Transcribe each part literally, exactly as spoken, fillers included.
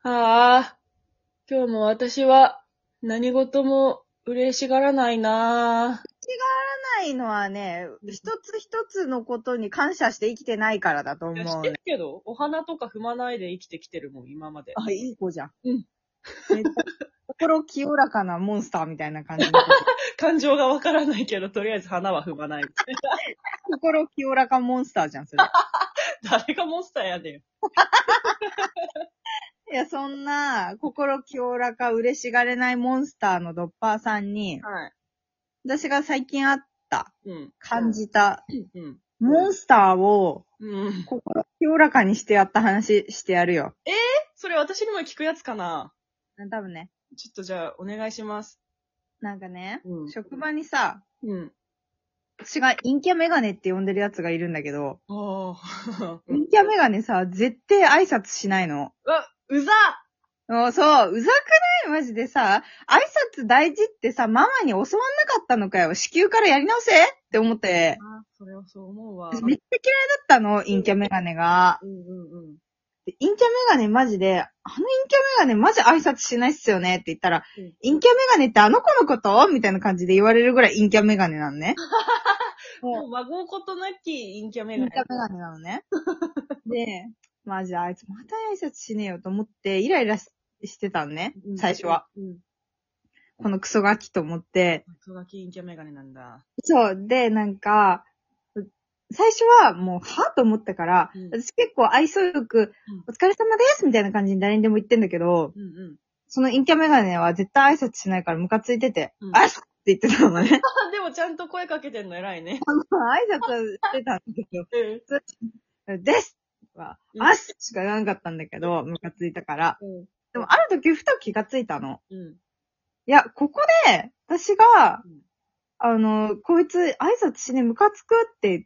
ああ、今日も私は何事も嬉しがらないな違わないのはね、一つ一つのことに感謝して生きてないからだとぁ。いや、して思うね。 るけど、お花とか踏まないで生きてきてるもん、今まで。 あ、いい子じゃん。 うん。 めっちゃ心清らかなモンスターみたいな感じの子。 感情がわからないけど、とりあえず花は踏まない。 心清らかモンスターじゃん、それ。 誰がモンスターやねん。 いや、そんな、心清らか嬉しがれないモンスターのドッパーさんに、 はい。 私が最近あった、 うん。 感じた、 うん。 モンスターをうん。 心清らかにしてやった話してやるよ。 それ私にも聞くやつかな。 多分ね。 ちょっとじゃあ、お願いします。 なんかね、 うん職場にさ、 うん。 私が陰キャメガネって呼んでるやつがいるんだけど、 ああ。 陰キャメガネさ、絶対挨拶しないの。 うわ、うざもうそう、うざくないマジでさ、挨拶大事ってさ、ママに教わんなかったのかよ。子宮からやり直せって思って。 あ、それはそう思うわ。 私めっちゃ嫌いだったの、陰キャメガネが。 うんうんうん。 で陰キャメガネマジで、あの陰キャメガネマジ挨拶しないっすよねって言ったら、 うん陰キャメガネってあの子のことみたいな感じで言われるぐらい陰キャメガネなのね。 もう、孫ことなき陰キャメガネ。 陰キャメガネなのね。で、マジであいつまた挨拶しねえよと思ってイライラししてたのね、最初は。 うん。 このクソガキと思って。 クソガキ陰キャメガネなんだ。 そう。で、なんか、最初はもう、はと思ったから、 うん私結構愛想よく、 うんお疲れ様ですみたいな感じに誰にでも言ってんだけど、 うんうん。 その陰キャメガネは絶対挨拶しないからムカついてて、 うんあっって言ってたのね。 あ、でもちゃんと声かけてんの偉いね。 挨拶してたんだけど、 うん。 ですは、 うんあっしか言わなかったんだけど、ムカついたから。 うん。 でも、ある時ふと気がついたの。 うん。 いや、ここで、私がう、ん。 あの、こいつ挨拶しね、ムカつくって言って、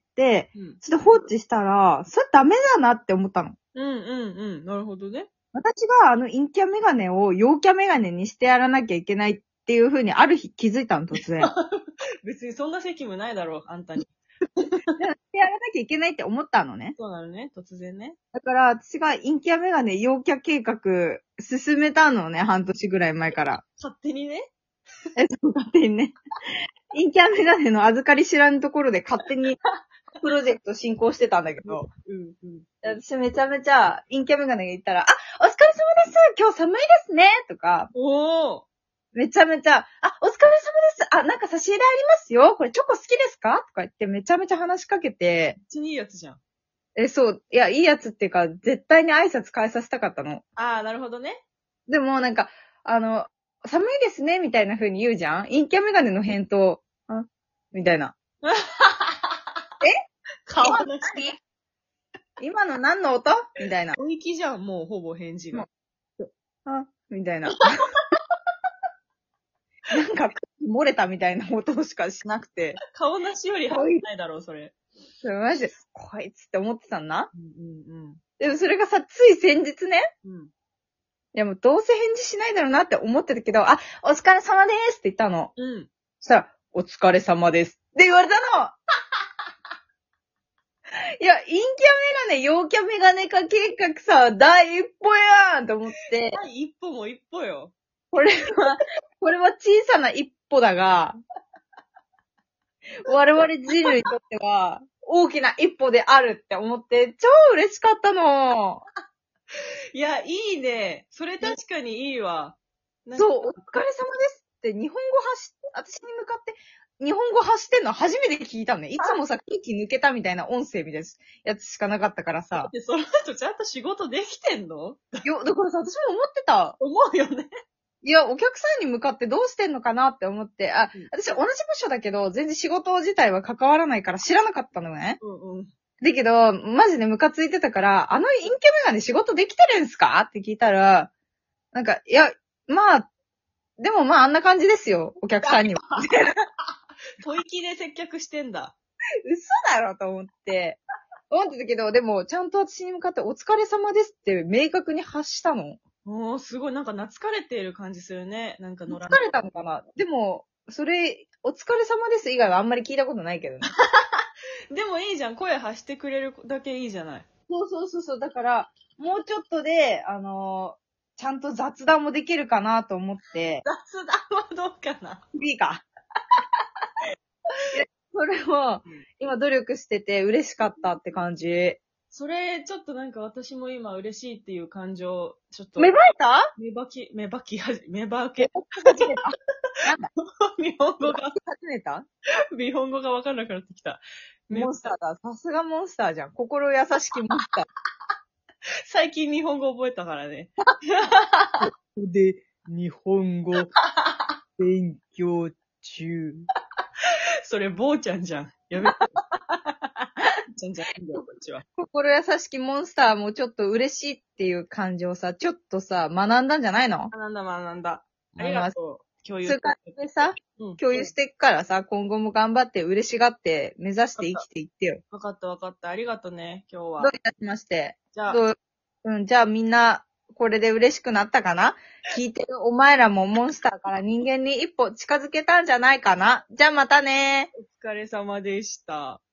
うん。 ちょっと放置したら、それダメだなって思ったの。 うんうんうん。なるほどね。 私があの陰キャメガネを陽キャメガネにしてやらなきゃいけないっていう風にある日気づいたの、突然。 別にそんな責務ないだろう、あんたに。 してやらなきゃいけないって思ったのね。 そうなのね、突然ね。 だから、私が陰キャメガネ陽キャ計画進めたのね、半年ぐらい前から。 勝手にね。 え、そう、勝手にね。陰キャメガネの預かり知らぬところで勝手にプロジェクト進行してたんだけど、 うんうん。 私めちゃめちゃ陰キャメガネが言ったら、あ、お疲れ様です今日寒いですねとか、 おー。 めちゃめちゃ、あ、お疲れ様ですあ、なんか差し入れありますよこれチョコ好きですかとか言ってめちゃめちゃ話しかけて、 めっちゃいいやつじゃん。 え、そう、いや、いいやつっていうか、絶対に挨拶返させたかったの。 あー、なるほどね。 でもなんか、あの、寒いですねみたいな風に言うじゃん陰キャメガネの返答、あみたいな。 えかわなし。 今の何の音みたいな。 おいきじゃん、もうほぼ返事が。 あみたいな。なんか、漏れたみたいな音しかしなくて。 顔なしより早いないだろう、それ。 それマジで、こいつって思ってたんな。 うんうんでもそれがさ、つい先日ね。 うん。うん。 いやもうどうせ返事しないだろうなって思ってたけど、あ、お疲れ様ですって言ったの。 うん。 そしたら、お疲れ様ですって言われたのいや、陰キャメガネ、陽キャメガネ化計画さ、第一歩やんと思って、 はい、一歩も一歩よ。 これは、これは小さな一歩だが、我々人類にとっては、大きな一歩であるって思って、超嬉しかったの。 いや、いいね。それ確かにいいわ。なんかそう、お疲れ様ですって日本語発し、私に向かって日本語発してんの初めて聞いたのね。いつもさ、空気抜けたみたいな音声みたいなやつしかなかったからさ。 で、その人ちゃんと仕事できてんのよ、だからさ、私も思ってた。 思うよね。 いや、お客さんに向かってどうしてんのかなって思って、あうん、 私同じ部署だけど、全然仕事自体は関わらないから知らなかったのね。 うんうん。 だけど、マジでムカついてたから、あの陰キャメガネ仕事できてるんすかって聞いたら、なんか、いや、まあ、でもまああんな感じですよ、お客さんには。 吐息で接客してんだ。 嘘だろと思って。思ってたけど、でも、ちゃんと私に向かってお疲れ様ですって明確に発したの。 おー、すごい。なんか懐かれている感じするね。なんか野良疲れたのかなでも、それ、お疲れ様です以外はあんまり聞いたことないけどね。 でもいいじゃん。声発してくれるだけいいじゃない。 そうそうそうそう。だから、もうちょっとで、あのちゃんと雑談もできるかなと思って。 雑談はどうかな。 いいか。それを、今努力してて嬉しかったって感じ。 それ、ちょっとなんか私も今嬉しいっていう感情、ちょっと。 芽生えた芽吹き、芽吹きはじ、芽吹け。 始めた。なんだ日本語が、 始めた日本語がわかんなくなってきた。 モンスターだ。さすがモンスターじゃん。心優しきモンスター。 最近日本語覚えたからね。 ここで日本語勉強中。 それ、坊ちゃんじゃん。やめて。ちゃんじゃないんだよ、こっちは。 心優しきモンスターもちょっと嬉しいっていう感情をさ、ちょっとさ、学んだんじゃないの？ 学んだ学んだ。ありがとう。共有そういう感じでさ、 うん、 共有していくからさ、今後も頑張って嬉しがって目指して生きていってよ。 わかったわかった。ありがとうね、今日は。 どういたしまして。 じゃあ、 どううん、じゃあみんな、これで嬉しくなったかな？聞いてるお前らもモンスターから人間に一歩近づけたんじゃないかな？じゃあまたねー。 お疲れ様でした。